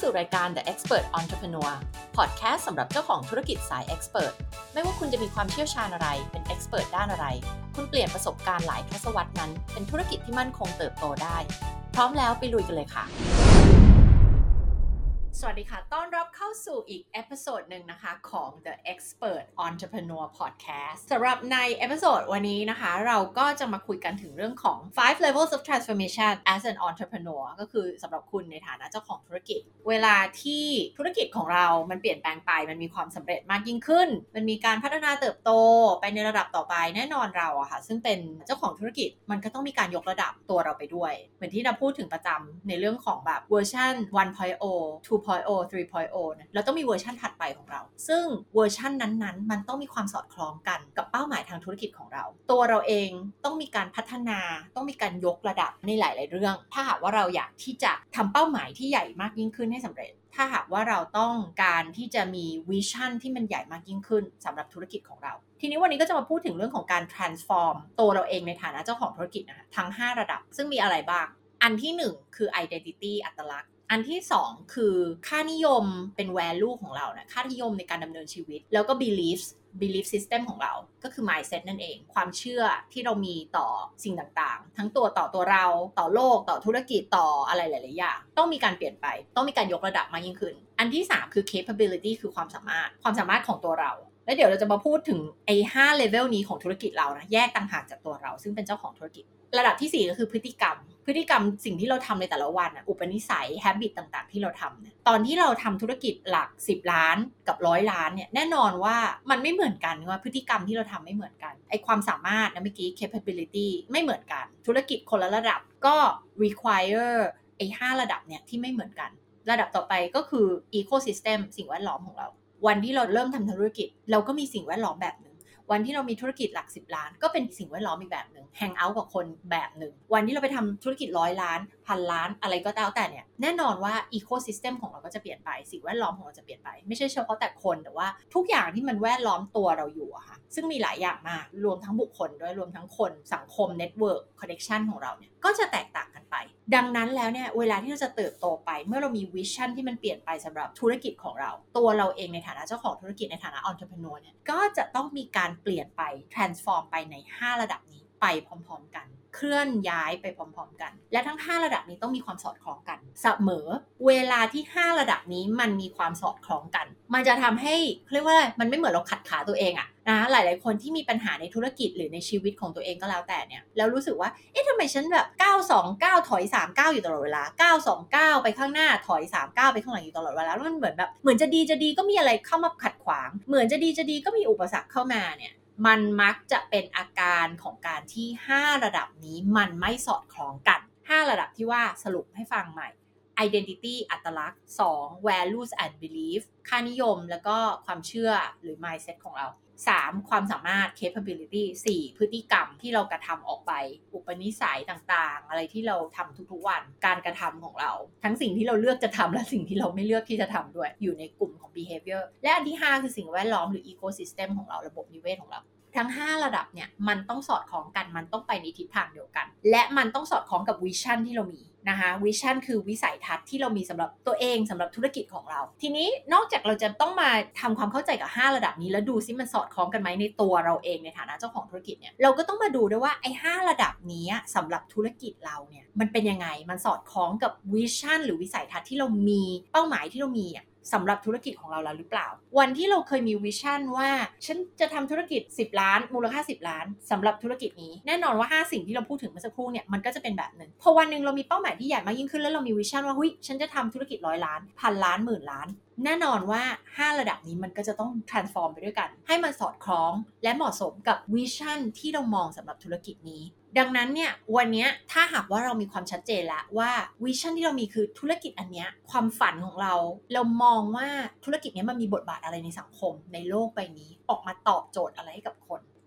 สู่รายการ The Expert Entrepreneur Podcast สำหรับเจ้าของธุรกิจสาย Expert ไม่ว่าคุณจะมีความเชี่ยวชาญอะไรเป็น Expert ด้านอะไรคุณเปลี่ยนประสบการณ์หลายทศวรรษนั้นเป็นธุรกิจที่มั่นคงเติบโตได้พร้อมแล้วไปลุยกันเลยค่ะสวัสดีค่ะต้อนรับเข้าสู่อีกเอพิโซดหนึ่งนะคะของ The Expert Entrepreneur Podcast สำหรับในเอพิโซดวันนี้นะคะเราก็จะมาคุยกันถึงเรื่องของ 5 levels of transformation as an entrepreneur ก็คือสำหรับคุณในฐานะเจ้าของธุรกิจเวลาที่ธุรกิจของเรามันเปลี่ยนแปลงไปมันมีความสำเร็จมากยิ่งขึ้นมันมีการพัฒนาเติบโตไปในระดับต่อไปแน่นอนเราอะค่ะซึ่งเป็นเจ้าของธุรกิจมันก็ต้องมีการยกระดับตัวเราไปด้วยเหมือนที่เราพูดถึงประจำในเรื่องของแบบเวอร์ชัน 1.0 2.0 3.0 นะเราต้องมีเวอร์ชันถัดไปของเราซึ่งเวอร์ชันนั้นๆมันต้องมีความสอดคล้องกันกับเป้าหมายทางธุรกิจของเราตัวเราเองต้องมีการพัฒนาต้องมีการยกระดับในหลายๆเรื่องถ้าหากว่าเราอยากที่จะทำเป้าหมายที่ใหญ่มากยิ่งขึ้นให้สำเร็จถ้าหากว่าเราต้องการที่จะมีวิชั่นที่มันใหญ่มากยิ่งขึ้นสำหรับธุรกิจของเราทีนี้วันนี้ก็จะมาพูดถึงเรื่องของการ transform ตัวเราเองในฐานะเจ้าของธุรกิจนะคะทั้ง5ระดับซึ่งมีอะไรบ้างอันที่1คือ identity อัตลักษณ์อันที่2คือค่านิยมเป็น value ของเรานะค่านิยมในการดำเนินชีวิตแล้วก็ belief system ของเราก็คือ mindset นั่นเองความเชื่อที่เรามีต่อสิ่งต่างๆทั้งต่อตัวเราต่อโลกต่อธุรกิจต่ออะไรหลายๆอย่างต้องมีการเปลี่ยนไปต้องมีการยกระดับมากยิ่งขึ้นอันที่3คือ capability คือความสามารถของตัวเราแล้วเดี๋ยวเราจะมาพูดถึงไอ้5 level นี้ของธุรกิจเรานะแยกต่างหากจากตัวเราซึ่งเป็นเจ้าของธุรกิจระดับที่4ก็คือพฤติกรรมสิ่งที่เราทำในแต่ละวันอุปนิสัย habit ต่างๆที่เราทำเนี่ยตอนที่เราทำธุรกิจหลัก10ล้านกับ100ล้านเนี่ยแน่นอนว่ามันไม่เหมือนกันว่าพฤติกรรมที่เราทำไม่เหมือนกันไอความสามารถนะเมื่อกี้ capability ไม่เหมือนกันธุรกิจคนละระดับก็ require ไอ5ระดับเนี่ยที่ไม่เหมือนกันระดับต่อไปก็คือ ecosystem สิ่งแวดล้อมของเราวันที่เราเริ่มทำธุรกิจเราก็มีสิ่งแวดล้อมแบบนึงวันที่เรามีธุรกิจหลัก10ล้านก็เป็นสิ่งแวดล้อมอีกแบบนึงแฮงเอาท์กับคนแบบนึงวันที่เราไปทำธุรกิจ100ล้านพันล้านอะไรก็แล้วแต่เนี่ยแน่นอนว่าอีโคซิสเต็มของเราก็จะเปลี่ยนไปสิ่งแวดล้อมของเราจะเปลี่ยนไปไม่ใช่เฉพาะแต่คนแต่ว่าทุกอย่างที่มันแวดล้อมตัวเราอยู่อะค่ะซึ่งมีหลายอย่างมากรวมทั้งบุคคลด้วยรวมทั้งคนสังคมเน็ตเวิร์กคอนเนคชั่นของเราเนี่ยก็จะแตกต่างกันไปดังนั้นแล้วเนี่ยเวลาที่เราจะเติบโตไปเมื่อเรามีวิชั่นที่มันเปลี่ยนไปสำหรับธุรกิจของเราตัวเราเองในฐานะเจ้าของธุรกิจในฐานะ entrepreneur เนี่ยก็จะต้องมีการเปลี่ยนไป transform ไปใน5ระดับนี้ไปพร้อมๆกันเคลื่อนย้ายไปพร้อมๆกันและทั้ง5ระดับนี้ต้องมีความสอดคล้องกันเสมอเวลาที่5ระดับนี้มันมีความสอดคล้องกันมันจะทำให้เรียกว่ามันไม่เหมือนเราขัดขาตัวเองอะนะหลายๆคนที่มีปัญหาในธุรกิจหรือในชีวิตของตัวเองก็แล้วแต่เนี่ยแล้วรู้สึกว่าเอ๊ะทำไมฉันแบบ929ถอย39อยู่ตลอดเวลา929ไปข้างหน้าถอย39ไปข้างหลังอยู่ตลอดเวลาแล้วมันเหมือนแบบเหมือนจะดีก็มีอะไรเข้ามาขัดขวางเหมือนจะดีก็มีอุปสรรคเข้ามาเนี่ยมันมักจะเป็นอาการของการที่5ระดับนี้มันไม่สอดคล้องกัน5ระดับที่ว่าสรุปให้ฟังใหม่ identity อัตลักษณ์2 values and belief ค่านิยมแล้วก็ความเชื่อหรือ mindset ของเรา3ความสามารถ capability 4พฤติกรรมที่เรากระทำออกไปอุปนิสัยต่างๆอะไรที่เราทำทุกๆวันการกระทำของเราทั้งสิ่งที่เราเลือกจะทำและสิ่งที่เราไม่เลือกที่จะทำด้วยอยู่ในกลุ่มของ behavior และอันที่5คือสิ่งแวดล้อมหรือ ecosystem ของเราระบบนิเวศของเราทั้ง5ระดับเนี่ยมันต้องสอดคล้องกันมันต้องไปในทิศทางเดียวกันและมันต้องสอดคล้องกับวิชั่นที่เรามีนะคะวิชั่นคือวิสัยทัศน์ที่เรามีสำหรับตัวเองสำหรับธุรกิจของเราทีนี้นอกจากเราจะต้องมาทำความเข้าใจกับ5ระดับนี้แล้วดูซิมันสอดคล้องกันไหมในตัวเราเองในฐานะเจ้าของธุรกิจเนี่ยเราก็ต้องมาดูด้วยว่าไอ้5ระดับนี้สำหรับธุรกิจเราเนี่ยมันเป็นยังไงมันสอดคล้องกับวิชั่นหรือวิสัยทัศน์ที่เรามีเป้าหมายที่เรามีสำหรับธุรกิจของเราแล้วหรือเปล่าวันที่เราเคยมีวิชั่นว่าฉันจะทำธุรกิจ10ล้านมูลค่า10ล้านสำหรับธุรกิจนี้แน่นอนว่า5สิ่งที่เราพูดถึงเมื่อสักครู่เนี่ยมันก็จะเป็นแบบนึงพอวันนึงเรามีเป้าหมายที่ใหญ่มากยิ่งขึ้นแล้วเรามีวิชั่นว่าฉันจะทำธุรกิจ100ล้านพันล้านหมื่นล้านแน่นอนว่า5ระดับนี้มันก็จะต้อง transform ไปด้วยกันให้มันสอดคล้องและเหมาะสมกับวิชั่นที่เรามองสำหรับธุรกิจนี้ดังนั้นเนี่ยวันนี้ถ้าหากว่าเรามีความชัดเจนแล้วว่าวิชั่นที่เรามีคือธุรกิจอันเนี้ยความฝันของเรามองว่าธุรกิจนี้มันมีบทบาทอะไรในสังคมในโลกใบนี้ออกมาตอบโจทย์อะไรให้กับคน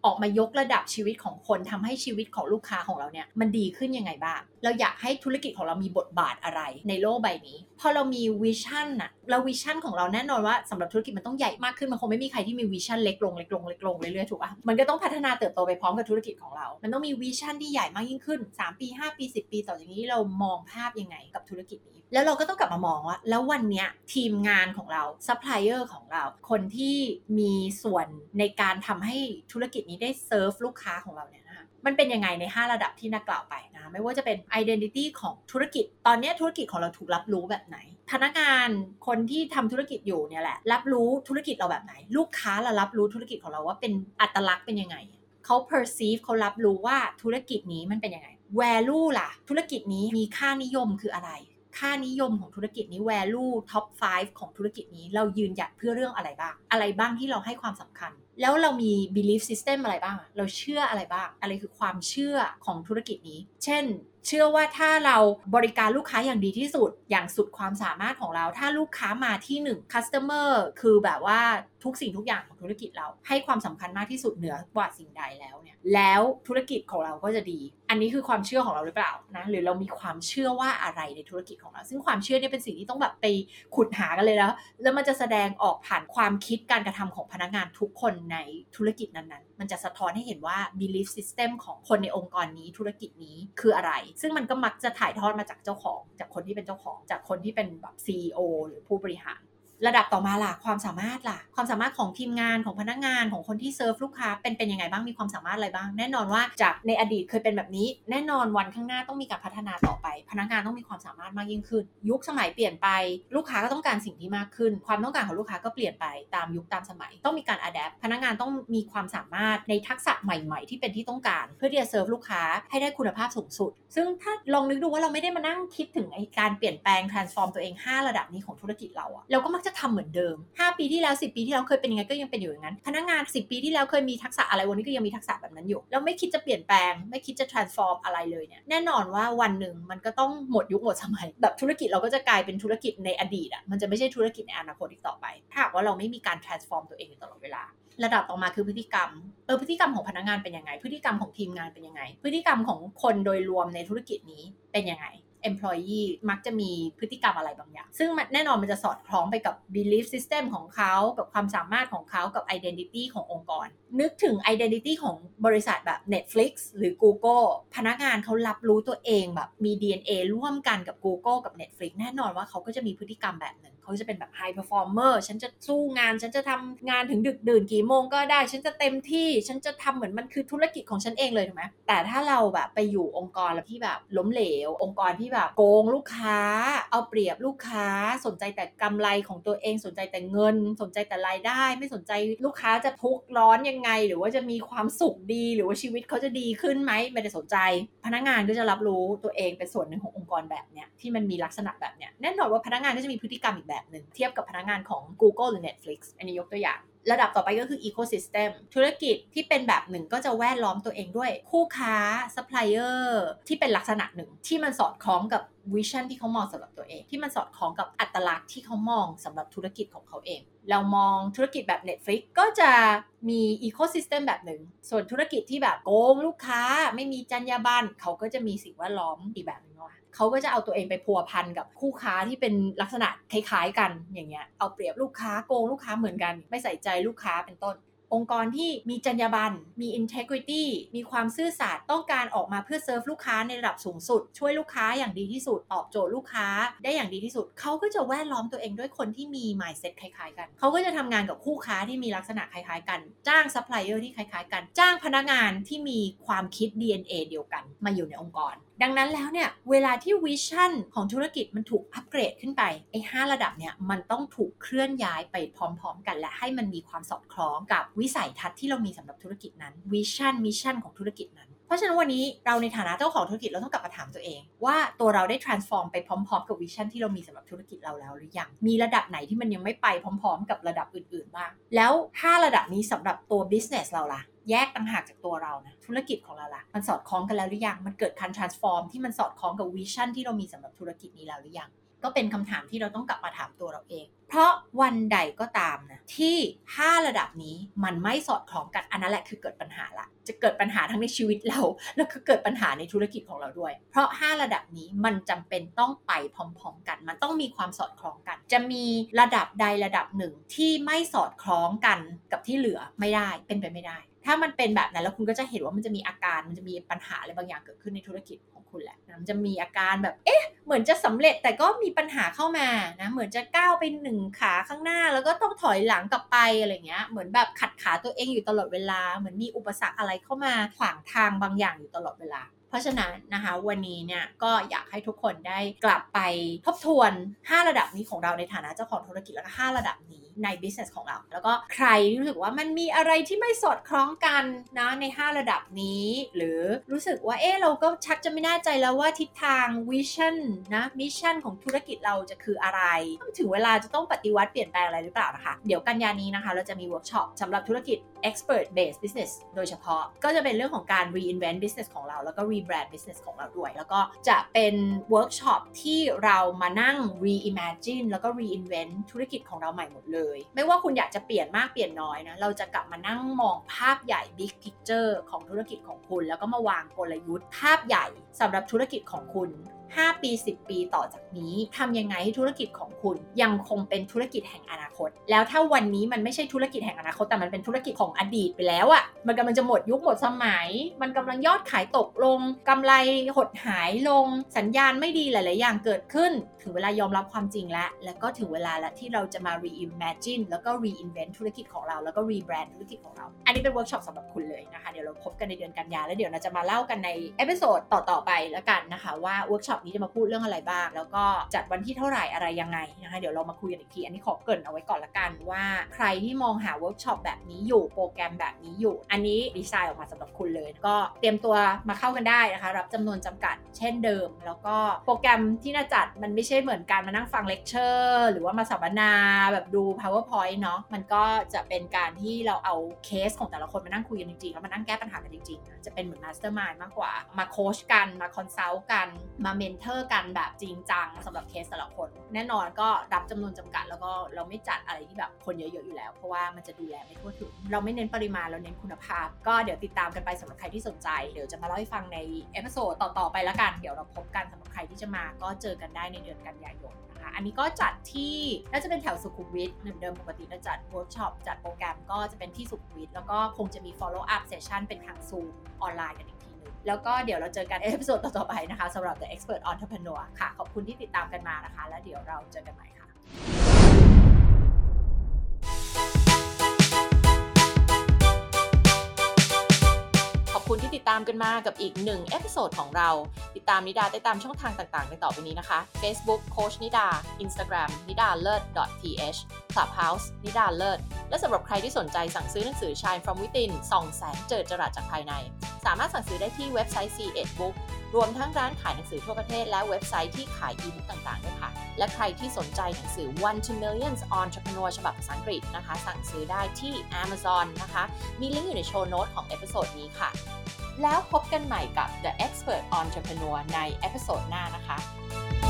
ออกมายกระดับชีวิตของคนทำให้ชีวิตของลูกค้าของเราเนี่ยมันดีขึ้นยังไงบ้างเราอยากให้ธุรกิจของเรามีบทบาทอะไรในโลกใบนี้พอเรามีวิชั่นน่ะแล้ววิชั่นของเราแน่นอนว่าสำหรับธุรกิจมันต้องใหญ่มากขึ้นมันคงไม่มีใครที่มีวิชั่นเล็กลงเรื่อยๆถูกป่ะมันก็ต้องพัฒนาเติบโตไปพร้อมกับธุรกิจของเรามันต้องมีวิชั่นที่ใหญ่มากยิ่งขึ้น3ปี5ปี10ปีต่อจากนี้เรามองภาพยังไงกับธุรกิจนี้แล้วเราก็ต้องกลับมามองว่าแล้ววันเนี้ยทีมงานของเราซัพพลายเออร์ของเราคนที่มีส่วนในการทำให้ธุรกิจนี้ได้เซิร์ฟลูกค้าของเราเนี่ยนะคะมันเป็นยังไงใน5ระดับที่นักกล่าวไปนะไม่ว่าจะเป็น identity ของธุรกิจตอนนี้ธุรกิจของเราถูกรับรู้แบบไหนพนักงานคนที่ทำธุรกิจอยู่เนี่ยแหละรับรู้ธุรกิจเราแบบไหนลูกค้าเรารับรู้ธุรกิจของเราว่าเป็นอัตลักษณ์เป็นยังไงเขา perceive เขารับรู้ว่าธุรกิจนี้มันเป็นยังไง value ล่ะธุรกิจนี้มีค่านิยมคืออะไรค่านิยมของธุรกิจนี้ value top 5 ของธุรกิจนี้เรายืนหยัดเพื่อเรื่องอะไรบ้างที่เราให้ความสำคัญแล้วเรามี belief system อะไรบ้างเราเชื่ออะไรบ้างอะไรคือความเชื่อของธุรกิจนี้เช่นเชื่อว่าถ้าเราบริการลูกค้าอย่างดีที่สุดอย่างสุดความสามารถของเราถ้าลูกค้ามาที่1 customer คือแบบว่าทุกสิ่งทุกอย่างของธุรกิจเราให้ความสำคัญมากที่สุดเหนือกว่าสิ่งใดแล้วเนี่ยแล้วธุรกิจของเราก็จะดีอันนี้คือความเชื่อของเราหรือเปล่านะหรือเรามีความเชื่อว่าอะไรในธุรกิจของเราซึ่งความเชื่อเนี่ยเป็นสิ่งที่ต้องแบบไปขุดหากันเลยแล้วมันจะแสดงออกผ่านความคิดการกระทำของพนักงานทุกคนในธุรกิจนั้นๆมันจะสะท้อนให้เห็นว่า belief system ของคนในองค์กรนี้ธุรกิจนี้คืออะไรซึ่งมันก็มักจะถ่ายทอดมาจากเจ้าของจากคนที่เป็นเจ้าของจากคนที่เป็นแบบ CEO หรือผู้บริหารระดับต่อมาล่ะความสามารถของทีมงานของพนักงานของคนที่เซิร์ฟลูกค้าเป็นยังไงบ้างมีความสามารถอะไรบ้างแน่นอนว่าจากในอดีตเคยเป็นแบบนี้แน่นอนวันข้างหน้าต้องมีการพัฒนาต่อไปพนักงานต้องมีความสามารถมากยิ่งขึ้นยุคสมัยเปลี่ยนไปลูกค้าก็ต้องการสิ่งที่มากขึ้นความต้องการของลูกค้าก็เปลี่ยนไปตามยุคตามสมัยต้องมีการอะแดปพนักงานต้องมีความสามารถในทักษะใหม่ๆที่เป็นที่ต้องการเพื่อที่จะเซิร์ฟลูกค้าให้ได้คุณภาพสูงสุดซึ่งถ้าลองนึกดูว่าเราไม่ได้มานั่งคิดถึงการเปลี่ยนแปลง transform ตัวเอง5ระดับนี้ของธุรกิจเราก็มักจะทำเหมือนเดิม5ปีที่แล้ว10ปีที่แล้วเคยเป็นยังไงก็ยังเป็นอยู่อย่างนั้นพนักงาน10ปีที่แล้วเคยมีทักษะอะไรวันนี้ก็ยังมีทักษะแบบนั้นอยู่แล้วไม่คิดจะเปลี่ยนแปลงไม่คิดจะ transform อะไรเลยเนี่ยแน่นอนว่าวันหนึ่งมันก็ต้องหมดยุคหมดสมัยแบบธุรกิจเราก็จะกลายเป็นธุรกิจในอดีตมันจะไม่ใช่ธุรกิจในอนาคตอีกต่อไปถ้าหากว่าเราไม่มีการ transform ตัวเองอยู่ตลอดเวลาระดับต่อมาคือพฤติกรรมพฤติกรรมของพนักงานเป็นยังไงพฤติกรรมของทีมงานเป็นยังไงพฤติกรรมของคนโดยรวมในธุรกิจนี้เป็นยังไงemployee มักจะมีพฤติกรรมอะไรบางอย่างซึ่งแน่นอนมันจะสอดคล้องไปกับ belief system ของเขากับความสามารถของเขากับ identity ขององค์กรนึกถึง identity ของบริษัทแบบ Netflix หรือ Google พนักงานเขารับรู้ตัวเองแบบมี DNA ร่วมกันกับ Google กับ Netflix แน่นอนว่าเขาก็จะมีพฤติกรรมแบบหนึ่งเขาจะเป็นแบบ high performer ฉันจะสู้งานฉันจะทำงานถึงดึกดื่นกี่โมงก็ได้ฉันจะเต็มที่ฉันจะทำเหมือนมันคือธุรกิจของฉันเองเลยถูกไหมแต่ถ้าเราแบบไปอยู่องค์กรที่แบบล้มเหลวองค์กรที่แบบโกงลูกค้าเอาเปรียบลูกค้าสนใจแต่กำไรของตัวเองสนใจแต่เงินสนใจแต่รายได้ไม่สนใจลูกค้าจะทุกข์ร้อนยังไงหรือว่าจะมีความสุขดีหรือว่าชีวิตเขาจะดีขึ้นไหมไม่ได้สนใจพนักงานก็จะรับรู้ตัวเองเป็นส่วนหนึ่งขององค์กรแบบเนี้ยที่มันมีลักษณะแบบเนี้ยแน่นอนว่าพนักงานก็จะมีพฤติกรรมอีกแบบหนึ่งเทียบกับพนักงานของ Google หรือ Netflix อันนี้ยกตัวอย่างระดับต่อไปก็คือ ecosystem ธุรกิจที่เป็นแบบหนึ่งก็จะแวดล้อมตัวเองด้วยคู่ค้า supplier ที่เป็นลักษณะหนึ่งที่มันสอดคล้องกับวิชั่นที่เขามองสำหรับตัวเองที่มันสอดคล้องกับอัตลักษณ์ที่เขามองสำหรับธุรกิจของเขาเองเรามองธุรกิจแบบ Netflix ก็จะมี ecosystem แบบหนึ่งส่วนธุรกิจที่แบบโกงลูกค้าไม่มีจรรยาบรรณเขาก็จะมีสิ่งแวดล้อมอีกแบบนึงเขาก็จะเอาตัวเองไปพัวพันกับคู่ค้าที่เป็นลักษณะคล้ายๆกันอย่างเงี้ยเอาเปรียบลูกค้าโกงลูกค้าเหมือนกันไม่ใส่ใจลูกค้าเป็นต้นองค์กรที่มีจรรยาบรรณมี integrity มีความซื่อสัตย์ต้องการออกมาเพื่อเซิร์ฟลูกค้าในระดับสูงสุดช่วยลูกค้าอย่างดีที่สุดตอบโจทย์ลูกค้าได้อย่างดีที่สุดเขาก็จะแวดล้อมตัวเองด้วยคนที่มี mindset คล้ายๆกันเขาก็จะทำงานกับคู่ค้าที่มีลักษณะคล้ายๆกันจ้าง supplier ที่คล้ายๆกันจ้างพนักงานที่มีความคิด DNA เดียวกันมาอยู่ในองค์กรดังนั้นแล้วเนี่ยเวลาที่วิชั่นของธุรกิจมันถูกอัปเกรดขึ้นไปไอ้5ระดับเนี่ยมันต้องถูกเคลื่อนย้ายไปพร้อมๆกันและให้มันมีความสอดคล้องกับวิสัยทัศน์ที่เรามีสำหรับธุรกิจนั้นวิชั่นมิชชั่นของธุรกิจนั้นเพราะฉะนั้นวันนี้เราในฐานะเจ้าของธุรกิจเราต้องกลับมาถามตัวเองว่าตัวเราได้ transform ไปพร้อมๆกับวิชั่นที่เรามีสำหรับธุรกิจเราแล้วหรือยังมีระดับไหนที่มันยังไม่ไปพร้อมๆกับระดับอื่นๆบ้างแล้ว5ระดับนี้สำหรับตัว business เราล่ะแยกต่างหากจากตัวเรานะธุรกิจของเราล่ะมันสอดคล้องกันแล้วหรือยังมันเกิดการ transform ที่มันสอดคล้องกับวิชั่นที่เรามีสำหรับธุรกิจนี้แล้วหรือยังก็เป็นคำถามที่เราต้องกลับมาถามตัวเราเองเพราะวันใดก็ตามนะที่5ระดับนี้มันไม่สอดคล้องกันอันนั้นแหละคือเกิดปัญหาละจะเกิดปัญหาทั้งในชีวิตเราแล้วก็เกิดปัญหาในธุรกิจของเราด้วยเพราะ5ระดับนี้มันจำเป็นต้องไปพร้อมๆกันมันต้องมีความสอดคล้องกันจะมีระดับใดระดับหนึ่งที่ไม่สอดคล้องกันกับที่เหลือไม่ได้เป็นไปไม่ได้ถ้ามันเป็นแบบนั้นแล้วคุณก็จะเห็นว่ามันจะมีอาการมันจะมีปัญหาอะไรบางอย่างเกิดขึ้นในธุรกิจของคุณแหละมันจะมีอาการแบบเหมือนจะสำเร็จแต่ก็มีปัญหาเข้ามานะเหมือนจะก้าวไป1ขาข้างหน้าแล้วก็ต้องถอยหลังกลับไปอะไรเงี้ยเหมือนแบบขัดขาตัวเองอยู่ตลอดเวลาเหมือนมีอุปสรรคอะไรเข้ามาขวางทางบางอย่างอยู่ตลอดเวลาเพราะฉะนั้นนะคะวันนี้เนี่ยก็อยากให้ทุกคนได้กลับไปทบทวน5ระดับนี้ของเราในฐานะเจ้าของธุรกิจแล้วก็5ระดับนี้ใน business ของเราแล้วก็ใครรู้สึกว่ามันมีอะไรที่ไม่สอดคล้องกันนะใน5ระดับนี้หรือรู้สึกว่าเราก็ชักจะไม่แน่ใจแล้วว่าทิศทาง vision นะ mission ของธุรกิจเราจะคืออะไรถึงเวลาจะต้องปฏิวัติเปลี่ยนแปลงอะไรหรือเปล่านะคะเดี๋ยวกันยานี้นะคะเราจะมีเวิร์กช็อปสำหรับธุรกิจ expert based business โดยเฉพาะก็จะเป็นเรื่องของการ reinvent business ของเราแล้วก็ rebrand business ของเราด้วยแล้วก็จะเป็นเวิร์กช็อปที่เรามานั่ง reimagine แล้วก็ reinvent ธุรกิจของเราใหม่หมดเลยไม่ว่าคุณอยากจะเปลี่ยนมากเปลี่ยนน้อยนะเราจะกลับมานั่งมองภาพใหญ่ big picture ของธุรกิจของคุณแล้วก็มาวางกลยุทธ์ภาพใหญ่สำหรับธุรกิจของคุณ5 ปี 10 ปีต่อจากนี้ทำยังไงให้ธุรกิจของคุณยังคงเป็นธุรกิจแห่งอนาคตแล้วถ้าวันนี้มันไม่ใช่ธุรกิจแห่งอนาคตแต่มันเป็นธุรกิจของอดีตไปแล้วอ่ะมันกำลังจะหมดยุคหมดสมัยมันกำลังยอดขายตกลงกำไรหดหายลงสัญญาณไม่ดีหลายๆอย่างเกิดขึ้นถึงเวลายอมรับความจริงแล้วก็ถึงเวลาแล้วที่เราจะมา reimagine แล้วก็ reinvent ธุรกิจของเราแล้วก็ rebrand ธุรกิจของเราอันนี้เป็นเวิร์กช็อปสำหรับคุณเลยนะคะเดี๋ยวเราพบกันในเดือนกันยายนแล้วเดี๋ยวเราจะมาเล่ากันในเอพิโซดต่อๆไปแล้วกันนะคะว่าเวิร์กช็อปนี้จะมาพูดเรื่องอะไรบ้างแล้วก็จัดวันที่เท่าไหร่อะไรยังไงนะคะเดี๋ยวเรามาคุยกันอีกทีอันนี้ขอเกริ่นเอาไว้ก่อนละกันว่าใครที่มองหาเวิร์กช็อปแบบนี้อยู่โปรแกรมแบบนี้อยู่อันนี้ดีไซน์ออกมาสำหรับคุณเลยก็เตรียมตัวมาเข้ากันได้นะคะรับจำนวนจำกัดเช่นเดิมแล้วก็โปรแกรมที่น่าจัดมันไม่ใช่เหมือนการมานั่งฟังเลคเชอร์หรือว่ามาสัมมนาแบบดู PowerPoint เนาะมันก็จะเป็นการที่เราเอาเคสของแต่ละคนมานั่งคุยกันจริงๆแล้วมานั่งแก้ปัญหากันจริงๆจะเป็นเหมือน Mastermind มากกว่ามาโค้ชกันมาคอนซัลท์กันมาเมนเทอร์กันแบบจริงจังสำหรับเคสแต่ละคนแน่นอนก็รับจำนวนจำกัดแล้วก็เราไม่จัดอะไรที่แบบคนเยอะๆอยู่แล้วเพราะว่ามันจะดูแลไม่ทั่วถึงเราไม่เน้นปริมาณเราเน้นคุณภาพก็เดี๋ยวติดตามกันไปสำหรับใครที่สนใจเดี๋ยวจะมาเล่าให้ฟังในเอพิโซดต่อๆไปแล้วกันเดี๋ยวเราพบกันสำหรับใครที่จะมาก็เจอกันได้ในเดือนกันยายนนะคะอันนี้ก็จัดที่น่าจะเป็นแถวสุขุมวิทเหมือนเดิมปกติเราจัดเวิร์กช็อปจัดโปรแกรมก็จะเป็นที่สุขุมวิทแล้วก็คงจะมี follow up session เป็นทาง Zoom ออนไลน์กันอีกทีนึงแล้วก็เดี๋ยวเราเจอกันเอพิโซดต่อๆไปนะคะสำหรับ The Expert Entrepreneur ค่ะขอบคุณที่ติดตามกันมานะคะแล้วเดี๋ยวเราเจอกันใหม่ค่ะขอบคุณที่ติดตามกันมากับอีก1เอพิโซดของเราติดตามนิดาได้ตามช่องทางต่างๆในต่อไปนี้นะคะ Facebook โค้ชนิดา Instagram nidalearn.th Clubhouse นิดาเลิศและสำหรับใครที่สนใจสั่งซื้อหนังสือ Shine from Within ส่องแสงเจิดจรัสจากภายในสามารถสั่งซื้อได้ที่เว็บไซต์ C8 Book รวมทั้งร้านขายหนังสือทั่วประเทศและเว็บไซต์ที่ขายอีบุ๊กต่างๆด้วยค่ะและใครที่สนใจหนังสือ One to Millions Entrepreneur ฉบับภาษาอังกฤษนะคะสั่งซื้อได้ที่ Amazon นะคะมีลิงก์อยู่ในโชว์โน้ตของเอพิโซดนี้ค่ะแล้วพบกันใหม่กับ The Expert Entrepreneur ในเอพิโซดหน้านะคะ